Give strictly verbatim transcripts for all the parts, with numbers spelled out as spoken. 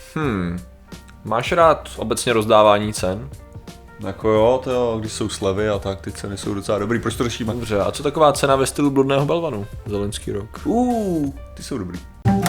Hmm. Máš rád obecně rozdávání cen? Jako jo, to jo, když jsou slevy a tak, ty ceny jsou docela dobrý, proč to řešíme? Dobře, a co taková cena ve stylu Bludného balvanu za loňský rok? Uuu, ty jsou dobrý.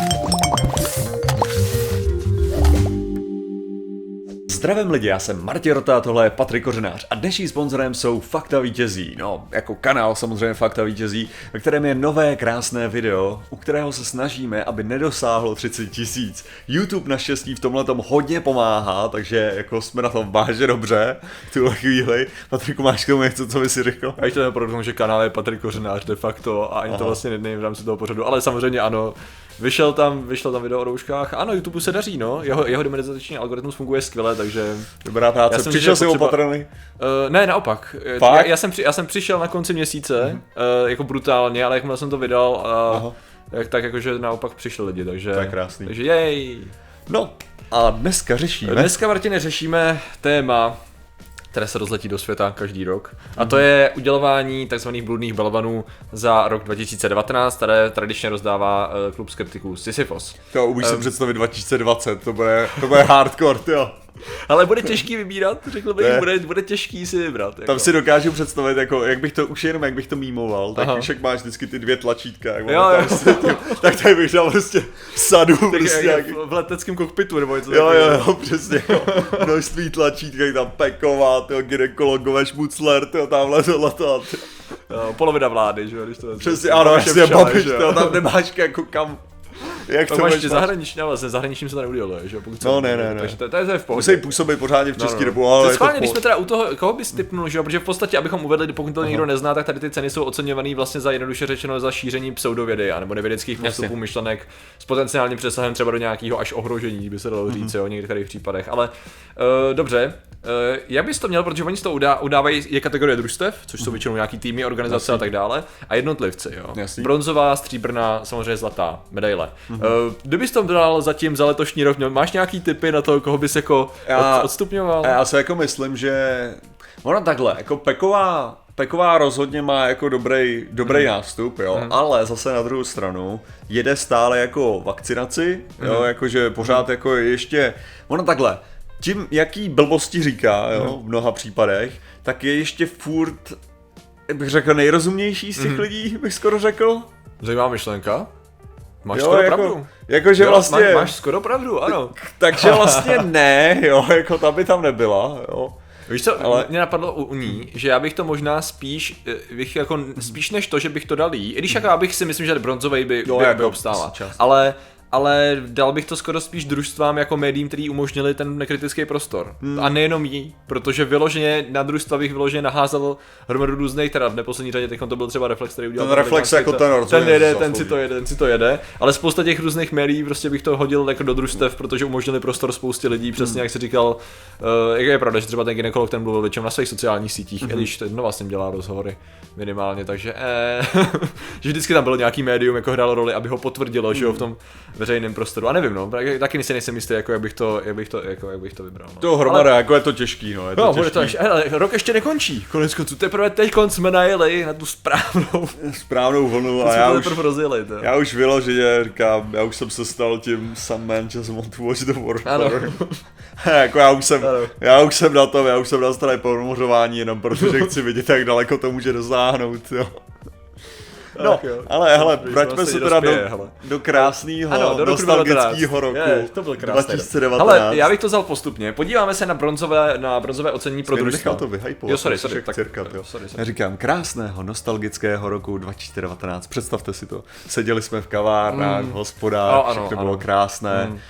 Zdravím lidi, já jsem Martin Rota, tohle je Patrik Kořenář a dnešním sponzorem jsou Fakta vítězí, no jako kanál samozřejmě Fakta vítězí, ve kterém je nové krásné video, u kterého se snažíme, aby nedosáhlo třicet tisíc. YouTube naštěstí v tomhletom hodně pomáhá, takže jako jsme na tom vážně dobře v tuhle chvíli. Patriku, máš k tomu něco, co by si řekl? Já to neprodumu, že kanál je Patrik Kořenář de facto a ani Aha. to vlastně nevím v rámci toho pořadu, ale samozřejmě ano. Vyšel tam, vyšel tam video o rouškách. Ano, YouTube se daří, no. Jeho, jeho demonetizační algoritmus funguje skvěle, takže... Dobrá práce. Jsem přišel jsi potřeba... opatrný? Uh, ne, naopak. Já, já, jsem při, já jsem přišel na konci měsíce, mm-hmm. uh, jako brutálně, ale jakmile jsem to vydal, uh, jak, tak jakože naopak přišli lidi, takže... To je krásný. Takže jej. No, a dneska řešíme... Dneska, Martine, řešíme téma, které se rozletí do světa každý rok. A to je udělování tzv. Bludných balvanů za rok dva tisíce devatenáct, které tradičně rozdává klub skeptiků Sisyphos. To umíš um, si představit dva tisíce dvacet, to bude, to bude hardcore, jo. Ale bude těžký vybírat, řekl bych, bude, bude těžký si vybrat. Jako. Tam si dokážu představit, jako, jak bych to, už jenom jak bych to mímoval, tak víš, jak máš vždycky ty dvě tlačítka, jak jo, jo. Prostě, tím, tak tady bych dal prostě sadu. Tak prostě jak, jak v leteckém kokpitu, nebo něco. Jo, jo, jo, přesně, jo. Množství tlačítka, jak tam Peková, tyjo, gynekologové, šmucler, tyjo, tamhle tohleto. Jo, polovina vlády, že jo, když to... Přesně, ano, ještě babiš, tyjo, tam nemáš jako kam... Jak to máš zahraniční, ale se zahraničním se to neudělalo, že jo? No ne, ne, ne. Takže to, to je v pohodě. Musí působit pořádně v České no, no. republice, ale to je schválně, to když jsme teda u toho, koho bys tipnul, že jo? Protože v podstatě, abychom uvedli, pokud to někdo nezná, tak tady ty ceny jsou oceňované vlastně za jednoduše řečeno za šíření pseudovědy a nebo nevědeckých postupů, myšlenek s potenciálním přesahem třeba do nějakého až ohrožení, by se dalo říct, jo, v některých případech. Ale uh, dobře, uh, jak bys to měl, protože oni to udá, udávají, je kategorie družstev, což jsou většinou nějaký týmy, organizace a tak dále, a jednotlivci, jo. Jasný. Bronzová, stříbrná, samozřejmě zlatá medaile. Uh, kdybys to bral zatím za letošní rok, máš nějaký tipy na to, koho bys jako já, odstupňoval? Já si jako myslím, že ono takhle, jako Peková, Peková rozhodně má jako dobrý, dobrý hmm. nástup, jo, hmm. ale zase na druhou stranu jede stále jako vakcinaci, jo, hmm. jakože pořád hmm. jako ještě, ono takhle, tím jaký blbosti říká, jo, hmm. v mnoha případech, tak je ještě furt, bych řekl, nejrozumnější z těch hmm. lidí, bych skoro řekl. Zajímavá myšlenka. Máš jo, skoro jako, pravdu. Jakože vlastně... Máš, máš skoro pravdu, ano. Takže vlastně ne, jo, jako ta by tam nebyla, jo. Víš co, ale... mě napadlo u, u ní, že já bych to možná spíš, bych jako, spíš než to, že bych to dal jí, i když jako já bych si myslím, že bronzovej by, jo, by, jako by obstála, ale... Ale dal bych to skoro spíš družstvám jako médiím, který umožnili ten nekritický prostor. Hmm. A nejenom jí, protože vyloženě na družstva bych vyloženě naházel hromadu různých, teda v neposlední řadě teď to byl třeba Reflex, který udělal. Ten Reflex jako ten, ten jede, ten si to jede, ten si to jede, ale spousta těch různých médií prostě bych to hodil jako do družstev, protože umožnili prostor spoustě lidí, přesně hmm. jak jsi říkal, uh, jak je pravda, že třeba ten gynekolog ten mluvil většinou na svých sociálních sítích, hmm. i když ten vlastně dělá rozhovory minimálně, takže eh, že vždycky tam bylo nějaký médium, jako hrálo roli, aby ho potvrdilo, hmm. že jo, v tom veřejném prostoru. A nevím, no, taky si nejsem jistý, jako jak bych to, jak bych to, jako jak bych to vybral. No. To hromada, ale... jako je to těžký, no, je to no, těžký. To ještě, hele, rok ještě nekončí. Konec konců, teprve teď konc jsme najeli na tu správnou správnou vlnu a já už, rozjeli, já už vyloženě říkám, já už jsem se stal tím some man just want to watch the war. Jako já už jsem, já už jsem na tom, já už jsem na straně ponořování jenom protože chci vidět, jak daleko to může dosáhnout, jo. No, ale hele, vraťme se teda do, do krásného, nostalgického roku je, to byl krásný dva tisíce devatenáct. Hele, já bych to vzal postupně. Podíváme se na bronzové, na bronzové ocenění pro družstva. to vyhypovat. Jo, sorry, sorry. Tak, cirka, sorry, sorry. Já říkám, krásného, nostalgického roku dva tisíce devatenáct. Představte si to. Seděli jsme v kavárnách, mm. v hospodách, no, všechno ano, bylo ano. krásné. Mm.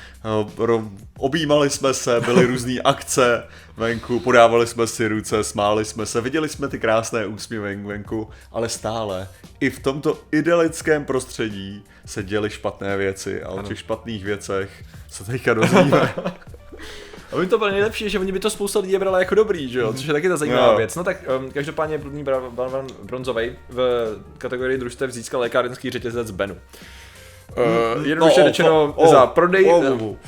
Objímali jsme se, byly různé akce venku, podávali jsme si ruce, smáli jsme se, viděli jsme ty krásné úsměvy venku, ale stále i v tomto idylickém prostředí se děly špatné věci a o těch špatných věcech se teďka dozvíme. A by to bylo nejlepší, že oni by to spousta lidí brala jako dobrý, že jo, což je taky ta zajímavá no. věc. No tak um, každopádně bludný balvan bronzovej v kategorii družstev získal lékárenský řetězec Benu. Uh, jednoduše no, řečeno oh, oh, za prodej... Oh, oh, oh.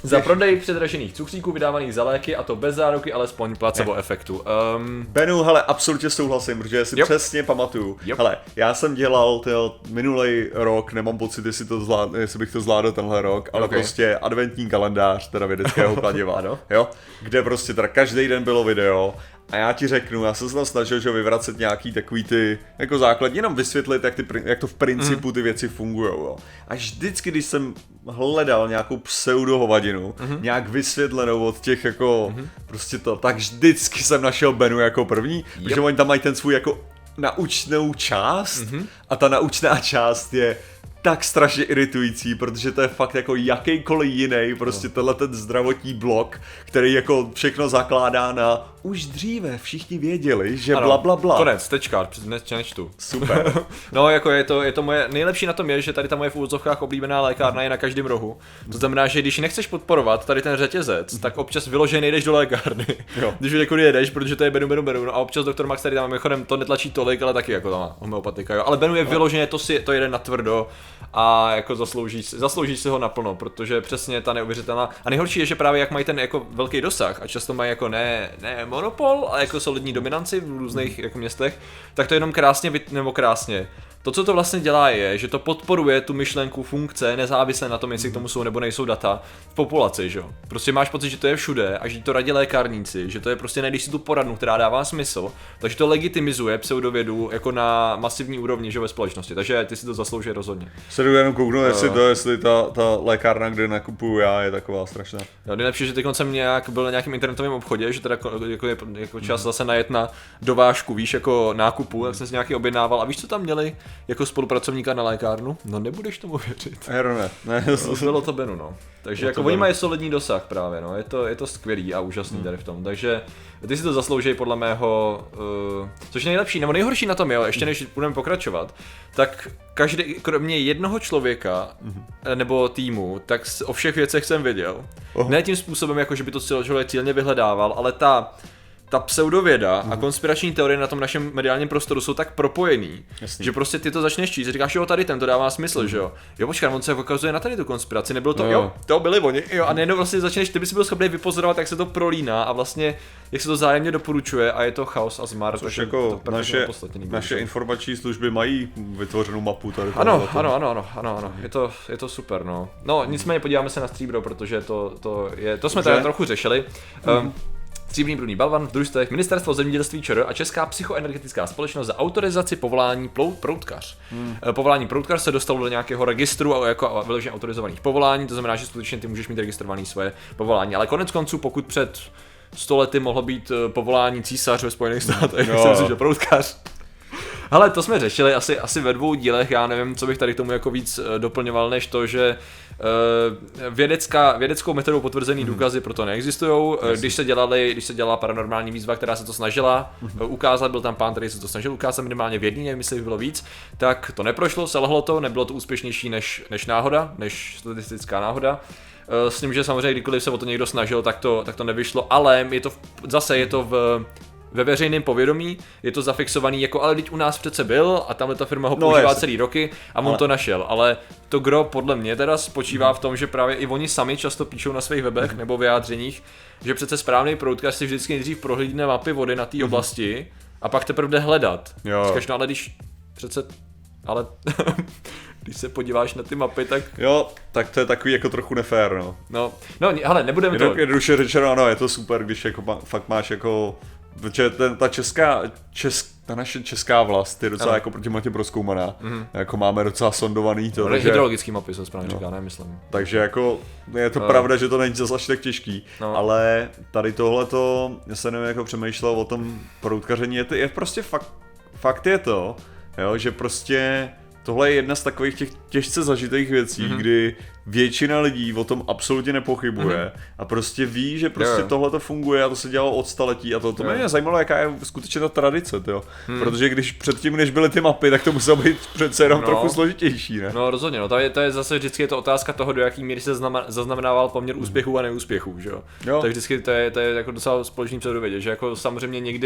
Za prodej předražených cukříků vydávaných za léky, a to bez záruky, alespoň placebo je. efektu. Um... Benu, hele, absolutně souhlasím, protože si jo. přesně pamatuju. Jo. Hele, já jsem dělal minulý rok, nemám pocit, jestli, to zvlád, jestli bych to zvládl tenhle rok, ale okay. prostě adventní kalendář, teda vědeckého kladiva, jo, kde prostě teda každý den bylo video. A já ti řeknu, já jsem se tam snažil, že vyvracet nějaký takový ty, jako základ, jenom vysvětlit, jak, ty, jak to v principu ty věci fungujou. A vždycky, když jsem hledal nějakou pseudohovadinu, mm-hmm. nějak vysvětlenou od těch jako, mm-hmm. prostě to, tak vždycky jsem našel Benu jako první, yep. protože oni tam mají ten svůj jako naučnou část mm-hmm. a ta naučná část je tak strašně iritující, protože to je fakt jako jakýkoliv jiný, prostě tenhle ten zdravotní blok, který jako všechno zakládá na už dříve všichni věděli, že ano, bla bla bla. Konec, tečka, dnes nečtu. Super. No jako je to, je to moje, nejlepší na tom je, že tady ta moje v úvodzovkách oblíbená lékárna je na každém rohu. To znamená, že když nechceš podporovat tady ten řetězec, tak občas vyloženě nejdeš do lékárny. Jo. Když jako jedeš, protože to je Benu, Benu, Benu, no a občas doktor Max tady tam mimochodem to netlačí tolik, ale taky jako tam homeopatika, jo. Ale Benu je vyloženě, to si to jede na tvrdo a jako zaslouží, zaslouží si ho naplno, protože přesně ta neuvěřitelná. A nejhorší je, že právě jak mají ten jako velký dosah a často mají jako ne, ne monopol, ale jako solidní dominanci v různých jako městech, tak to jenom krásně, nebo krásně. To, co to vlastně dělá, je, že to podporuje tu myšlenku funkce, nezávisle na tom, jestli k tomu jsou nebo nejsou data v populaci, že jo. Prostě máš pocit, že to je všude a že to radí lékárníci, že to je prostě nejdeš si tu poradnu, která dává smysl, takže to legitimizuje pseudovědu jako na masivní úrovni, že ve společnosti, takže ty si to zaslouží rozhodně. Se jdu jenom kouknout, uh, jestli to, jestli ta, ta lékárna, kde nakupuju já, je taková strašná. Jo, nejlepší, že teď jsem nějak byl na nějakém internetovém obchodě, že teda jako, jako, jako čas zase najet na dovážku, víš, jako nákupu, tak jsem si nějaký objednával a víš, co tam měli? Jako spolupracovníka na lékárnu? No nebudeš tomu věřit. Hero ne. ne no, bylo to Benu, no. Takže jako oni mají solidní dosah právě, no. Je to, je to skvělý a úžasný hmm. tady v tom. Takže ty si to zaslouží podle mého, uh, což je nejlepší, nebo nejhorší na tom je, ještě než budeme pokračovat, tak každý, kromě jednoho člověka hmm. nebo týmu, tak o všech věcech jsem věděl. Oh. Ne tím způsobem, jako že by to člověk cílně vyhledával, ale ta ta pseudověda mm. a konspirační teorie na tom našem mediálním prostoru jsou tak propojený, Jasný. že prostě ty to začneš číst, říkáš, jo, tady ten to dává smysl, mm. že jo. Jo, počkej, on se ukazuje na tady tu konspiraci, nebylo to, no. jo, to byli oni, jo, a nejenom vlastně začneš, ty bys byl schopný vypozorovat, jak se to prolíná a vlastně, jak se to zájemně doporučuje a je to chaos a zmar. Což jako to naše, naše informační služby mají vytvořenou mapu tady. Ano, ano, ano, ano, ano, ano, je to, je to super, no. No, nicméně podíváme se na stříbro, protože to, to je, to jsme tady trochu řešili. Mm. Um, Stříbrný průdní balvan v družstvech, Ministerstvo zemědělství ČR a Česká psychoenergetická společnost za autorizaci povolání proutkař. Hmm. Povolání proutkař se dostalo do nějakého registru jako vyloženě autorizovaných povolání, to znamená, že skutečně ty můžeš mít registrované svoje povolání. Ale konec konců, pokud před sto lety mohlo být povolání císař ve Spojených státech, tak jsem si, že proutkař. Hele, to jsme řešili asi, asi ve dvou dílech, já nevím, co bych tady k tomu jako víc doplňoval, než to, že uh, vědecká, vědeckou metodou potvrzený mm. důkazy proto neexistují. Když se dělali, když se dělala paranormální výzva, která se to snažila mm. ukázat, byl tam pán, který se to snažil ukázat minimálně v jedné, nevím, jestli bylo víc, tak to neprošlo, selhalo to, nebylo to úspěšnější než, než náhoda, než statistická náhoda. S tím, že samozřejmě kdykoliv se o to někdo snažil, tak to, tak to nevyšlo, ale je to v, zase je to v ve veřejném povědomí, je to zafixovaný jako, ale teď u nás přece byl a tamhle ta firma ho používá no, celý roky a on ale... to našel, ale to gro podle mě teda spočívá v tom, že právě i oni sami často píšou na svých webech mm. nebo vyjádřeních, že přece správný proutkař si vždycky nejdřív prohlídne mapy vody na té mm. oblasti a pak teprve jde hledat. Říkáš, no ale když přece, ale když se podíváš na ty mapy, tak... Jo, tak to je takový jako trochu nefér, no. No, no hele, nebudeme to... Jednoduše řečeno, ano, je to super, když jako ma, fakt máš jako... Protože ten, ta česká, česk, ta naše česká vlast je docela ano. jako proti matě prozkoumaná, mm-hmm. jako máme docela sondovaný to. Ale hydrologický mapy se správně no. říká, nemyslím. Takže jako je to uh. pravda, že to není zase až tak těžký, no. ale tady tohleto, já se nevím, jako přemýšlel o tom proutkaření, je, to, je prostě fakt, fakt je to, jo, že prostě tohle je jedna z takových těch těžce zažitých věcí, mm-hmm. kdy většina lidí o tom absolutně nepochybuje mm-hmm. a prostě ví, že prostě yeah. tohle to funguje a to se dělalo od staletí a to, to yeah. mě zajímalo, jaká je skutečně ta tradice, tyjo. Hmm. Protože když předtím, než byly ty mapy, tak to muselo být přece jenom no. trochu složitější, ne? No rozhodně, no to je, to je zase vždycky je to otázka toho, do jaký míry se zaznamenával poměr úspěchů a neúspěchů, že jo? jo. Tak vždycky to je, to je jako docela společný pseudovědě, že jako samozřejmě někdy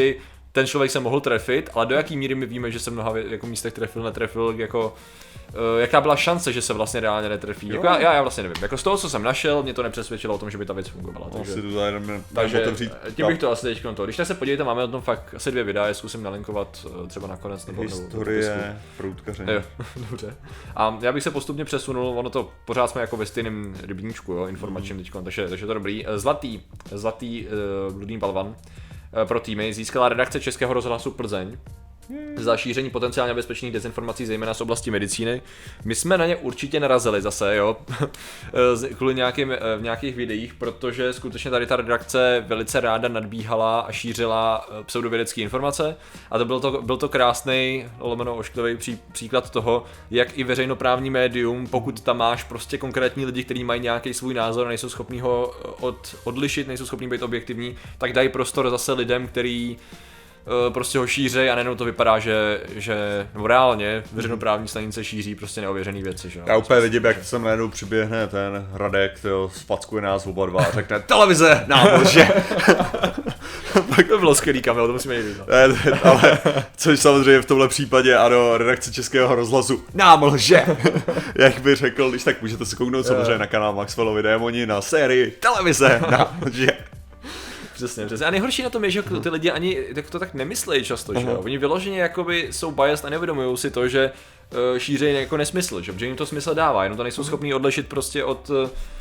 ten člověk se mohl trefit, ale do jaký míry my víme, že se mnoha jako místech trefil, netrefil, jako uh, jaká byla šance, že se vlastně reálně netrefí. Jako já, já, já vlastně nevím. Jako z toho, co jsem našel, mě to nepřesvědčilo o tom, že by ta věc fungovala. Takže, asi to jenom takže otevřít. Tím bych to asi teď to. Když tak se podívejte, máme o tom fakt asi dvě videa, je zkusím nalinkovat třeba nakonec nebo historie proutkaření. Jo, dobře. A já bych se postupně přesunul, ono to pořád jsme jako ve stejném rybníčku, jo, informačním mm. teďkon, takže, takže to dobrý. Zlatý, zlatý uh, bludný balvan uh, pro týmy získala redakce Českého rozhlasu Plzeň za šíření potenciálně bezpečných dezinformací, zejména z oblasti medicíny. My jsme na ně určitě narazili zase, jo, kvůli nějakým, v nějakých videích, protože skutečně tady ta redakce velice ráda nadbíhala a šířila pseudovědecké informace a to byl to, byl to krásný, lomeno ošklivý pří, příklad toho, jak i veřejnoprávní médium, pokud tam máš prostě konkrétní lidi, kteří mají nějaký svůj názor a nejsou schopní ho od, odlišit, nejsou schopní být objektivní, tak dají prostor zase lidem, který prostě ho šíří a najednou to vypadá, že, že nebo reálně veřejnoprávní stanice šíří prostě neověřený věci. Že? Já úplně vidím, jak sem najednou přiběhne ten Radek, sfackuje nás oba dva a řekne televize, nám lže. Tak to bylo skvělý, Kamil, to musíme jít. Ale což samozřejmě v tomhle případě, ano, redakce Českého rozhlasu nám lže. Jak by řekl, když tak můžete se kouknout samozřejmě na kanál Maxwellovy démoni na sérii televize nám lže. Přesně, přesně. A nejhorší na tom je, že ty lidi ani tak to tak nemyslejí často, že jo. Oni vyloženě jakoby jsou biased a neuvědomují si to, že uh, šířejí jako nesmysl, že? Že jim to smysl dává, jenom to nejsou schopní odlišit prostě od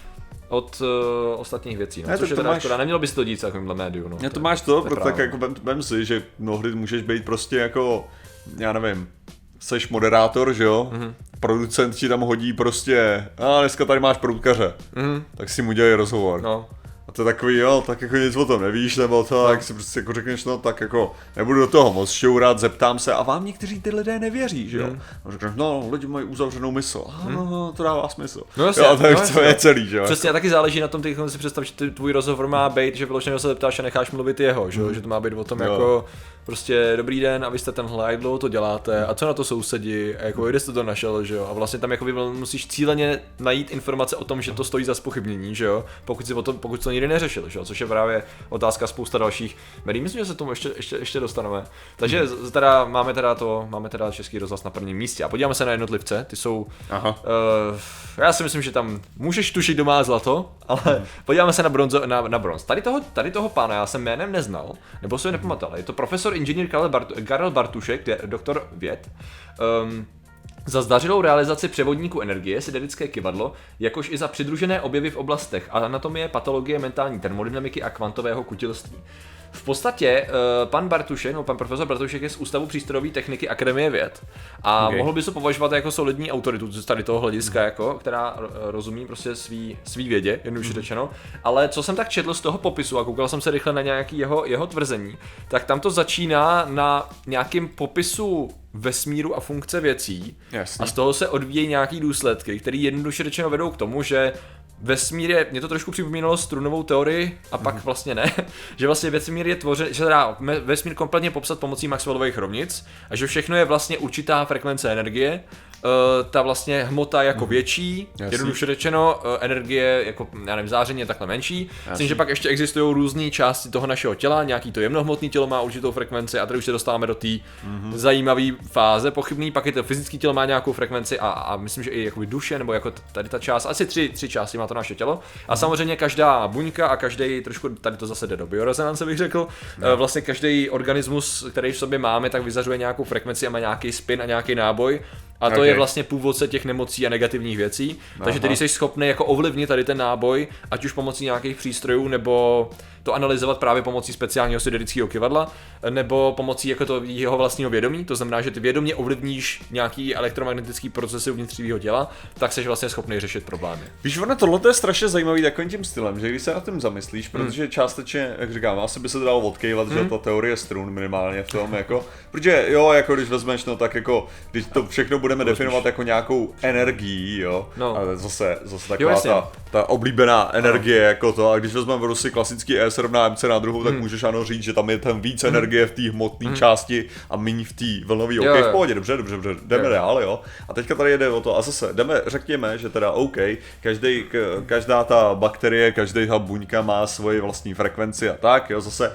od uh, ostatních věcí, no. Ne, což je teda máš... škoda, nemělo by si to dít takovýmhle médiu, no. Ne, to máš to, to proto tak jako vem, vem si, že mnohdy můžeš být prostě jako, já nevím, seš moderátor, že jo, mm-hmm. producent ti tam hodí prostě, a dneska tady máš proutkaře, mm-hmm. tak si mu dělej rozhovor. No. A to je takový, jo, tak jako nic o tom nevíš, nebo to, tak si prostě jako řekneš, no tak jako nebudu do toho moc šťourat, zeptám se a vám někteří ty lidé nevěří, že jo. Mm. A řekneš, no, lidi mají uzavřenou mysl, a no, no, to dává smysl. No jasně, jo, to je, no, to je celý, že jo. Přesně, a taky záleží na tom, ty si představ, že tvůj rozhovor má být, že vyloženě se zeptáš a necháš mluvit jeho, že jo, mm. že to má být o tom jo. Jako prostě dobrý den a vy jste tenhle, jak dlouho to děláte a co na to sousedi a jako kde jste to našel, že jo. A vlastně tam jako musíš cíleně najít informace o tom, že to stojí za zpochybnění, že jo, pokud si o tom, pokud to nikdy neřešil, že jo, což je právě otázka spousta dalších médií. Myslím, že se tomu ještě, ještě, ještě dostaneme. Takže mm. teda máme teda to, máme teda Český rozhlas na prvním místě a podíváme se na jednotlivce, ty jsou, Aha. Uh, já si myslím, že tam můžeš tušit, kdo má zlato, ale mm. podíváme se na bronzo, na, na bronz. Tady toho, tady toho pána já jsem jménem neznal, nebo se nepamatoval, je to profesor inženýr Karel, Bart, Karel Bartušek, doktor věd. Um, Za zdařilou realizaci převodníku energie, synetické kyvadlo, jakož i za přidružené objevy v oblastech anatomie, patologie, mentální termodynamiky a kvantového kutilství. V podstatě uh, pan Bartušek, no pan profesor Bartušek je z Ústavu přístrojové techniky Akademie věd a okay. mohl by se považovat jako solidní autoritu z tady toho hlediska, mm. jako, která rozumí prostě svý, svý vědě, jednoduše mm. řečeno, ale co jsem tak četl z toho popisu a koukal jsem se rychle na nějaký jeho, jeho tvrzení, tak tam to začíná na nějakém popisu vesmíru a funkce věcí. Jasně. A z toho se odvíjejí nějaký důsledky, které jednoduše řečeno vedou k tomu, že vesmír je, mě to trošku připomínalo strunovou teorii a pak mm. vlastně ne, že vlastně vesmír je tvořen, že se dá vesmír kompletně popsat pomocí Maxwellových rovnic a že všechno je vlastně určitá frekvence energie, uh, ta vlastně hmota jako mm. větší, Jasný. jednoduše řečeno, uh, energie jako, já nevím, záření je takhle menší, myslím, že pak ještě existují různé části toho našeho těla, nějaký to jemnohmotný tělo má určitou frekvenci a tady už se dostáváme do té mm. zajímavé fáze pochybný, pak je to fyzické tělo má nějakou frekvenci a, a myslím, že i jakoby duše nebo jako tady ta část, asi tři, tři části má to naše tělo. A samozřejmě každá buňka a každý, trošku tady to zase jde do biorezonance, bych řekl, no. vlastně každý organismus, který v sobě máme, tak vyzařuje nějakou frekvenci a má nějaký spin a nějaký náboj. A to okay. je vlastně původce těch nemocí a negativních věcí. Aha. Takže ty jsi schopný jako ovlivnit tady ten náboj, ať už pomocí nějakých přístrojů, nebo to analyzovat právě pomocí speciálního synetického kyvadla, nebo pomocí jako to jeho vlastního vědomí. To znamená, že ty vědomě ovlivníš nějaký elektromagnetický procesy uvnitř svého těla, tak jsi vlastně schopný řešit problémy. Víš, ono tohle je strašně zajímavý takovým tím stylem, že když se na tím zamyslíš, hmm. protože částečně, jak říkám, asi by se to dalo odkejvat, hmm. že ta teorie strun minimálně v tom, jako, protože jo, jako když vezmeš, no tak jako, když to všechno budeme to definovat jako nějakou energii, jo, no. A zase, zase taková jo, ta, ta oblíbená energie, no. jako to, a když vezmeme prostě klasický E se rovná M C na druhou, tak hmm. můžeš ano říct, že tam je tam víc hmm. energie v té hmotné hmm. části a méně v té vlnové, OK, v pohodě, dobře, dobře, dobře, jdeme jo. dál, jo. A teďka tady jde o to, a zase jdeme, řekněme, že teda OK, každý, každá ta bakterie, každá ta buňka má svoji vlastní frekvenci a tak, jo, zase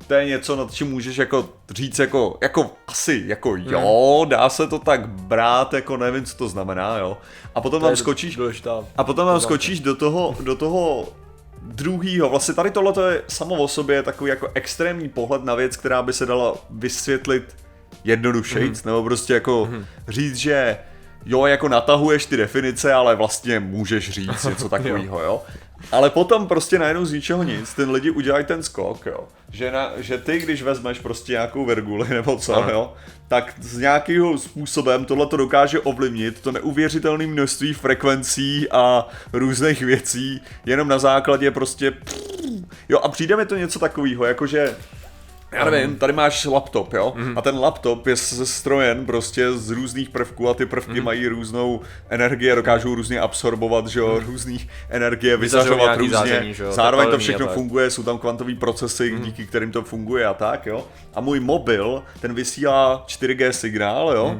to je něco, nad čím můžeš jako říct jako, jako asi, jako jo, dá se to tak brát, jako nevím, co to znamená, jo. A potom tam skočíš, a potom tam skočíš do toho, do toho druhýho, vlastně tady tohle je samo o sobě takový jako extrémní pohled na věc, která by se dala vysvětlit jednodušejc, mm-hmm. nebo prostě jako mm-hmm. říct, že jo, jako natahuješ ty definice, ale vlastně můžeš říct něco takového, jo. Ale potom prostě najednou z ničeho nic, ten lidi udělají ten skok, jo. Že, na, že ty, když vezmeš prostě nějakou virguli nebo co, Aha. jo, tak s nějakým způsobem tohle to dokáže ovlivnit to neuvěřitelné množství frekvencí a různých věcí, jenom na základě prostě jo, a přijde mi to něco takového, jakože já nevím, tady máš laptop, jo, mm. a ten laptop je sestrojen prostě z různých prvků a ty prvky mm. mají různou energii a dokážou různě absorbovat, že jo, mm. různých energie, vyzařovat různě, záření, že jo, zároveň to všechno funguje, jsou tam kvantové procesy, mm. díky kterým to funguje a tak, jo. A můj mobil, ten vysílá čtyři gé signál, jo, mm.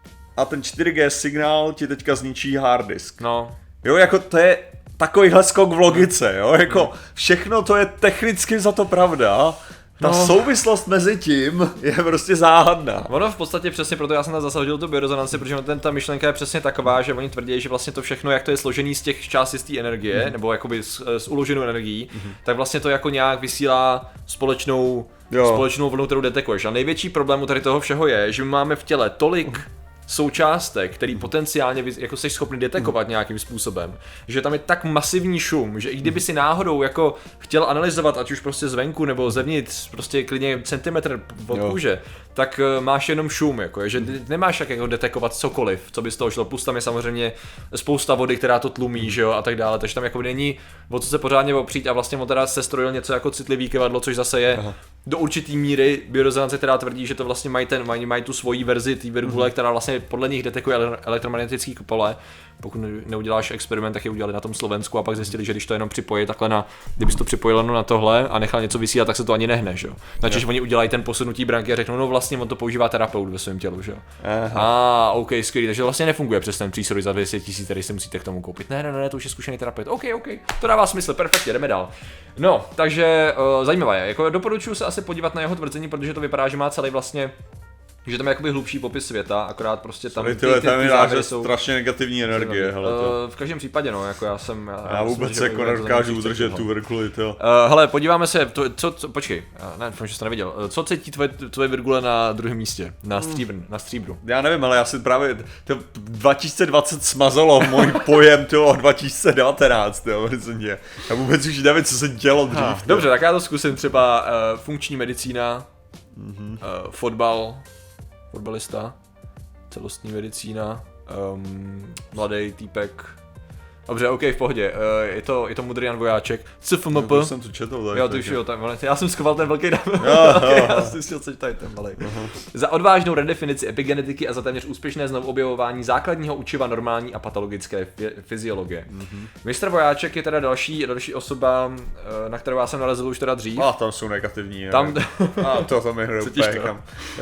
a ten čtyři gé signál ti teďka zničí hard disk. No. Jo, jako to je takovýhle skok v logice, jo, jako všechno to je technicky za to pravda. Ta no. souvislost mezi tím je prostě záhadná. Ono v podstatě přesně proto já jsem tam zase hodil tu biorezonanci, protože ten, ta myšlenka je přesně taková, že oni tvrdí, že vlastně to všechno, jak to je složený z těch částí z té energie, mm. nebo jakoby z, z uloženou energií, mm. tak vlastně to jako nějak vysílá společnou, společnou vlnu, kterou detekuješ. A největší problém tady toho všeho je, že my máme v těle tolik součástek, který potenciálně jako jsi schopný detekovat nějakým způsobem, že tam je tak masivní šum, že i kdyby si náhodou jako chtěl analyzovat, ať už prostě zvenku nebo zevnitř, prostě klidně centimetr od kůže, tak máš jenom šum, jako, že nemáš jak jako detekovat cokoliv, co by z toho šlo, plus tam je samozřejmě spousta vody, která to tlumí, že jo, a tak dále, takže tam jako není o co se pořádně opřít a vlastně on teda sestrojil něco jako citlivý kyvadlo, což zase je Aha. do určitý míry biorezonance, která tvrdí, že to vlastně mají, ten, mají, mají tu svoji verzi té virgule, mm-hmm. která vlastně podle nich detekuje elektromagnetický pole. Pokud neuděláš experiment, tak je udělali na tom Slovensku a pak zjistili, že když to jenom připojí takhle na, kdybys to připojil na tohle a nechal něco vysílat, tak se to ani nehne, že jo. Načež oni udělají ten posunutí branky a řeknou, no vlastně on to používá terapeut ve svém tělu, že jo. A OK, skvělý, takže vlastně nefunguje přes ten přístroj za dvě stě tisíc, který si musíte k tomu koupit. Ne, ne, ne, to už je zkušený terapeut. OK, OK, to dává smysl, perfektně, jdeme dál. No, takže uh, zajímavé je, jako doporučuji se asi podívat na jeho tvrzení, protože to vypadá, že má celý vlastně že tam je jakoby hlubší popis světa, akorát prostě tam ty, ty, ty, ty závěry jsou strašně negativní energie, hele to. Uh, v každém případě no, jako já jsem... Já, já vůbec se jako nedokážu udržet tu virguli, to. Uh, hele, podíváme se, to, co, co, počkej, ne, že jsi to neviděl, co cítí tvoje, tvoje virgule na druhém místě, na, stříbr, na stříbru? Já nevím, ale já si právě, to dva tisíce dvacet smazalo můj pojem toho dva tisíce devatenáct, jo, mě. Já vůbec už nevím, co se dělo dřív. Ha, dobře, tak já to zkusím třeba uh, funkční medicína, mm-hmm. uh, fotbal, fotbalista, celostní medicína, um, mladý týpek. Dobře, OK, v pohodě. Uh, je to je to Mudrian Vojáček. C F M P. Já jsem to četl, tak. Jo, ty už jo, tam, já jsem schoval ten velký dám. Okay, já jsem si co tady ten malý. Uh-huh. Za odvážnou redefinici epigenetiky a za téměř úspěšné znovu objevování základního učiva normální a patologické fyziologie. Uh-huh. Mistr Vojáček je teda další další osoba, na kterou já jsem narazil už teda dřív. A tam jsou negativní. Tam a to tam je hrou kam.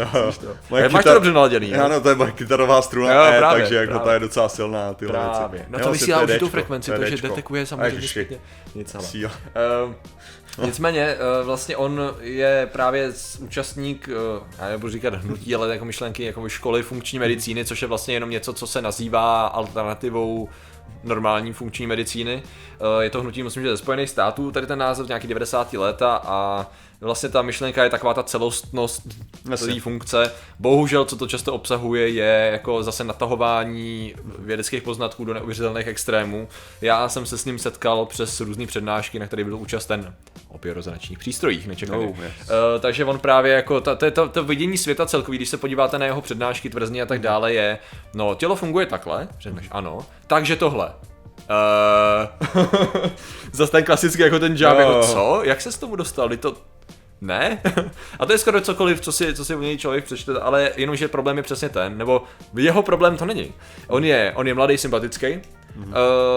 Máš to dobře naladěný. Ano, to je moje kytarová struna, e, právě, takže jako ta je docela silná tyhle věci. No to vysílá určitou frekvenci, protože detekuje samozřejmě zpětně. Nic ale. Uh, nicméně uh, vlastně on je právě účastník, uh, já nebudu říkat hnutí, ale jako myšlenky jako školy funkční medicíny, což je vlastně jenom něco, co se nazývá alternativou normální funkční medicíny. Uh, je to hnutí, myslím, že ze Spojených států, tady ten název nějaký devadesátá léta a vlastně ta myšlenka je taková ta celostnost celé funkce. Bohužel, co to často obsahuje, je jako zase natahování vědeckých poznatků do neuvěřitelných extrémů. Já jsem se s ním setkal přes různé přednášky, na kterých byl účasten o biorezonančních přístrojích, nečekaně. Oh, yes. uh, takže on právě jako, to, to, to, to vidění světa celkový, když se podíváte na jeho přednášky, tvrzení a tak dále je, no tělo funguje takhle, řekneš ano, takže tohle. Uh, zase ten klasický jako ten job, oh. jako co? Jak se s tomu dostal? To ne? A to je skoro cokoliv, co si, co si u něj člověk přečte, ale jenomže problém je přesně ten, nebo jeho problém to není. On je, on je mladý, sympatický, mm. uh,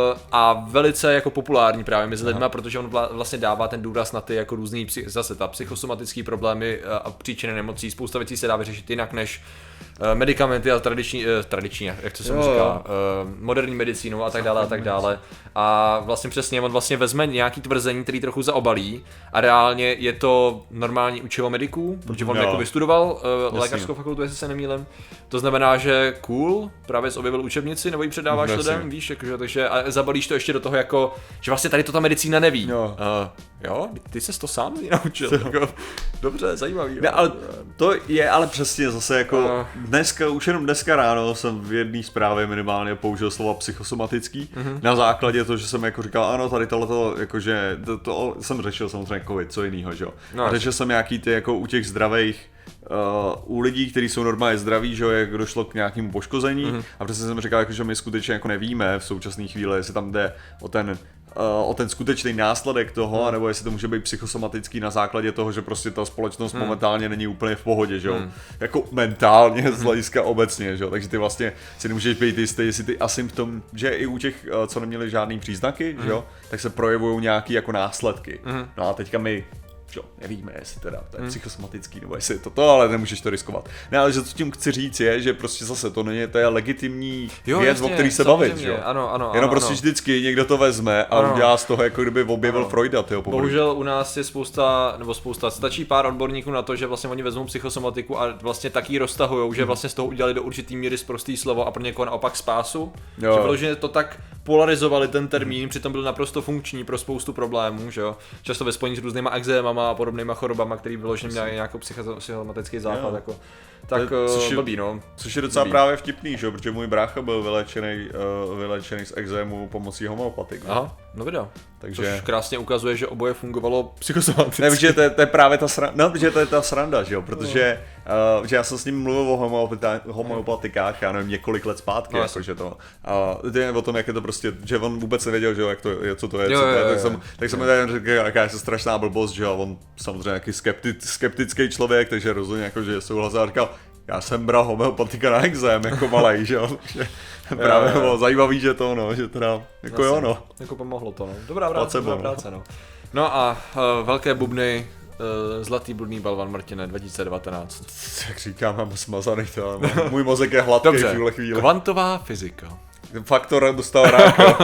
a velice jako populární právě mezi lidma, Aha. protože on vla, vlastně dává ten důraz na ty jako různý, zase ta psychosomatické problémy a příčiny nemocí, spousta věcí se dá vyřešit jinak než uh, medicamenty a tradiční, uh, tradiční, jak to se mu říká, uh, moderní medicínou a tak dále a tak dále. A vlastně přesně on vlastně vezme nějaký tvrzení, který trochu zaobalí a reálně je to normální učivo mediků, protože on jo. jako vystudoval uh, lékařskou fakultu, jestli se nemýlím. To znamená, že cool, právě jsi objevil učebnici nebo ji předáváš Jasně. lidem, víš, jakože, takže a zabalíš to ještě do toho jako, že vlastně tady to ta medicína neví. Jo, uh, jo ty ses to sám naučil. Jako, dobře, zajímavý. Ne, ale to je ale přesně zase jako uh. dneska, už jenom dneska ráno jsem v jedné zprávě minimálně použil slova psychosomatický uh-huh. na základě toho, že jsem jako říkal, ano, tady tohleto, jakože, to, to jsem řešil samozřejmě covid, co jinýho, že jo. No, a řešil jsem nějaký ty jako u těch zdravých Uh, u lidí, kteří jsou normálně zdraví, že jak došlo k nějakému poškození mm-hmm. a přesně jsem říkal, jako, že my skutečně jako nevíme v současné chvíli, jestli tam jde o ten, uh, o ten skutečný následek toho, mm. nebo jestli to může být psychosomatický na základě toho, že prostě ta společnost mm. momentálně není úplně v pohodě, že jo, mm. jako mentálně z hlediska obecně, že jo, takže ty vlastně si nemůžeš být jistý, jestli ty asymptom, že i u těch, uh, co neměli žádný příznaky, mm. že jo, tak se projevují nějaký jako následky. Mm. No a teďka my Jo, nevíme, jestli teda to je hmm. psychosomatický, nebo jestli je to to, ale nemůžeš to riskovat. Ne, ale že to tím chci říct je, že prostě zase to není, to je legitimní jo, věc, jasně, o který se bavit, že jo. Ano, ano, Jenom ano, prostě ano. vždycky někdo to vezme a ano. udělá z toho, jako kdyby objevil ano. Freuda, tyho poprvé. Bohužel u nás je spousta, nebo spousta, stačí pár odborníků na to, že vlastně oni vezmou psychosomatiku a vlastně taky roztahujou, že vlastně z toho udělali do určitý míry sprostý slovo a pro někoho naopak spásu. Jo. Že vyloženě to tak polarizovali ten termín, přitom byl naprosto funkční pro spoustu problémů, že jo. Často ve spojení s různýma exémama a podobnýma chorobama, který vyloženě měl nějakou psychosomatický základ, jako. Tak což je, blbý, no. Což je docela blbý. Právě vtipný, že? Protože můj brácha byl vylečený, uh, vylečený z exému pomocí homeopatik. Aha, no video. Takže což krásně ukazuje, že oboje fungovalo psychosomaticky. Ne, protože to, to je právě ta sranda, no, protože to je ta sranda, že jo, protože uh, že já jsem s ním mluvil o homeopatikách, já nevím, několik let zpátky, no, jakože to. A to je o tom, jak je to prostě, že on vůbec nevěděl, že jo, jak to je, co to je, jo, co to je, jo, tak jo, jsem, jo. tak jsem mi tady řekl, jaká je to strašná blbost, že jo, on samozřejmě nějaký skepti, skeptický člověk, takže rozhodně jako, že souhlasil a říkal, já jsem bral homeopatika na exém jako malej, že jo, právě bylo zajímavý, že to no, že teda, jako jo no. Jako pomohlo to no, dobrá práce, dobrá práce no. No a uh, velké bubny, uh, zlatý bludný balvan Martine dva tisíce devatenáct. Jak říkám, mám smazaný to, ale můj mozek je hladký v tuhle chvíli. Kvantová fyzika. Faktor dostal ráka.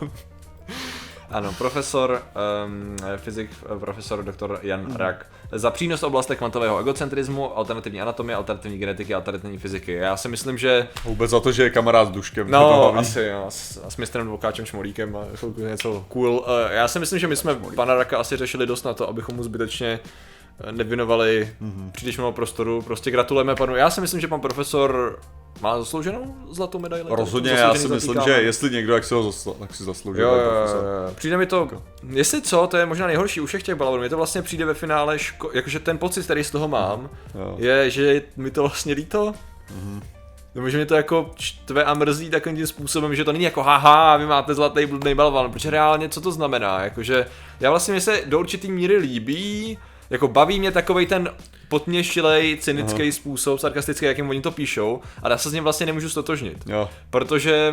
Ano, profesor, um, fyzik, profesor doktor Jan mm. Rak. Za přínos v oblastech kvantového egocentrismu, alternativní anatomie, alternativní genetiky a alternativní fyziky. Já si myslím, že... Vůbec za to, že je kamarád s Duškem. No, asi, jo, s, a s mistrem Dvokáčem Šmolíkem a něco cool. Uh, já si myslím, že my jsme pana Raka asi řešili dost na to, abychom mu zbytečně nevěnovali mm-hmm. příliš mnoho prostoru. Prostě gratulujeme panu. Já si myslím, že pan profesor má zaslouženou zlatou medaili. Rozhodně, já si myslím, že jestli někdo, jak si ho zasloužil, tak si zaslouží. Jo, jo, jo. Přijde mi to, jestli co, to je možná nejhorší u všech těch balonů, mě to vlastně přijde ve finále, ško- jakože ten pocit, který z toho mám, jo. je, že mi to vlastně líto. Mm-hmm. Nebo že mě to jako štve a mrzí takovým tím způsobem, že to není jako haha, vy máte zlatý bludný balvan, protože reálně co to znamená, jakože já vlastně mi se do určitý míry líbí, jako baví mě takovej ten potměšilej, cynický Aha. způsob, sarkastický, jakým oni to píšou, a já se s ním vlastně nemůžu stotožnit, jo. protože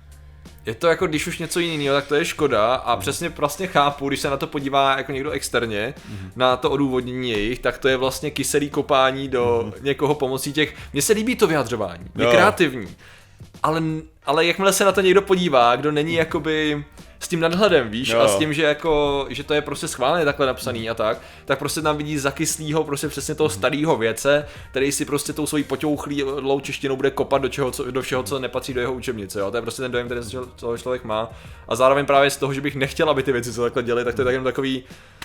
je to jako když už něco jiného, tak to je škoda a mm. přesně vlastně chápu, když se na to podívá jako někdo externě, mm. na to odůvodnění jejich, tak to je vlastně kyselý kopání do mm. někoho pomocí těch, mně se líbí to vyjadřování, je jo. kreativní, ale, ale jakmile se na to někdo podívá, kdo není jakoby s tím nadhledem, víš, jo. a s tím, že jako, že to je prostě schválně takhle napsaný a tak, tak prostě tam vidí zakyslýho, prostě přesně toho starého věce, který si prostě tou svojí poťouchlou češtinou bude kopat do, čeho, co, do všeho, co nepatří do jeho učebnice, jo, to je prostě ten dojem, který toho člověk má, a zároveň právě z toho, že bych nechtěl, aby ty věci se takhle děly, tak to je tak jenom takový.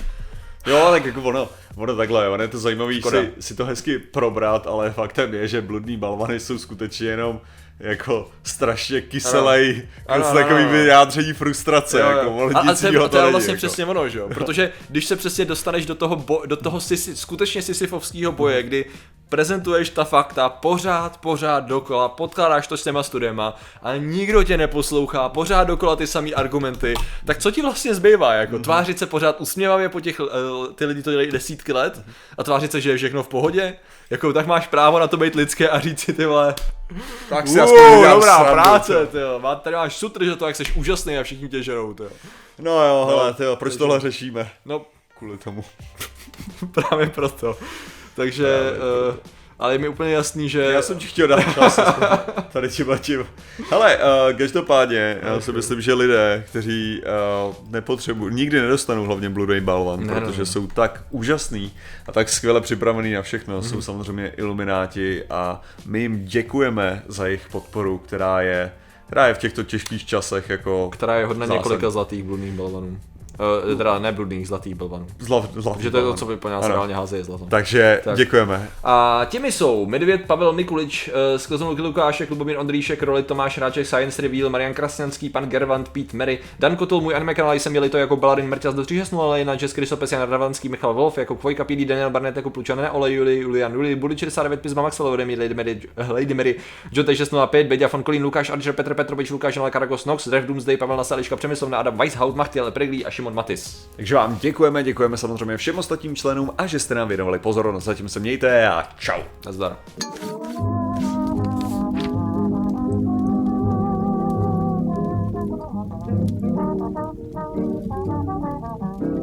Jo, tak jako ono, ono takhle, ono je to zajímavý si, si to hezky probrat, ale faktem je, že bludný balvany jsou skutečně jenom jako strašně kyselej, ano, ano, takový vyjádření frustrace, jo, jo. jako volidícího to, to je není, vlastně jako. Přesně ono, že jo, protože když se přesně dostaneš do toho, bo, do toho sisi, skutečně sisyfovského boje, kdy prezentuješ ta fakta pořád, pořád dokola, podkládáš to s těma studiema, ale nikdo tě neposlouchá, pořád dokola ty samý argumenty, tak co ti vlastně zbývá, jako mm-hmm. tvářit se pořád usměvavě po těch, ty lidi to dělají desítky desítky let a tvářit se, že je všechno v pohodě, jako tak máš právo na to být lidské a říct si ty vole, tak si aspoň udělám dobrá srandu, práce, ty jo, má, tady máš sutr, že to jak jsi úžasný a všichni tě žerou, ty jo. No jo, hele, no, ty jo, proč tohle řešíme? No, kvůli tomu. Právě proto, takže... Právě uh, proto. Ale je mi úplně jasný, že... Já jsem ti chtěl dát čas, tady tím a tím. Hele, uh, každopádně, já si myslím, že lidé, kteří uh, nepotřebují, nikdy nedostanou hlavně Blue Ray balvan, ne, protože ne. jsou tak úžasný a tak skvěle připravený na všechno, mm. jsou samozřejmě ilumináti a my jim děkujeme za jejich podporu, která je, která je v těchto těžkých časech jako která je hodna několika zlatých bludných balvanů. Uh, teda ne bludných, zlatých balvanů. Zla, zlatý že to je to, co by po nás reálně házejí zlato. Takže tak. Děkujeme. A těmi jsou Medvěd, Pavel Mikulič, uh, Sklzonul Lukášek, Lubomír Ondříšek, Roli Tomáš Ráček, Science Reveal, Marian Krasňanský, Pan Gervant, Pete Mary, Dan Kotul, můj anime kanál, jsem měli to jako Baladin, Mrťas do tři šest nula, Lejna, Jess Krysopes, Jan Ravanský, Michal Wolf, jako Kvojka, P D, Daniel Barnett, jako Plučané, Ole, Juli, Julian, Juli, Buli šedesát devět, Pizma, Max Lodem, Lady Mary, Lady Mary, John šest nula pět, Beďa, Von Kolín, Lukáš, Archer, Petr Petrovič, Lukáš, Nala, Karagos, Nox, Drev, Doomsday, Pavel Nasališka, Přemyslovna, Adam Weishaut, Machtiel, Preglí a Šimon Matis. Takže vám děkujeme, děkujeme samozřejmě všem ostatním členům a že jste nám věnovali pozornost. Zatím se mějte a čau. Nazdar.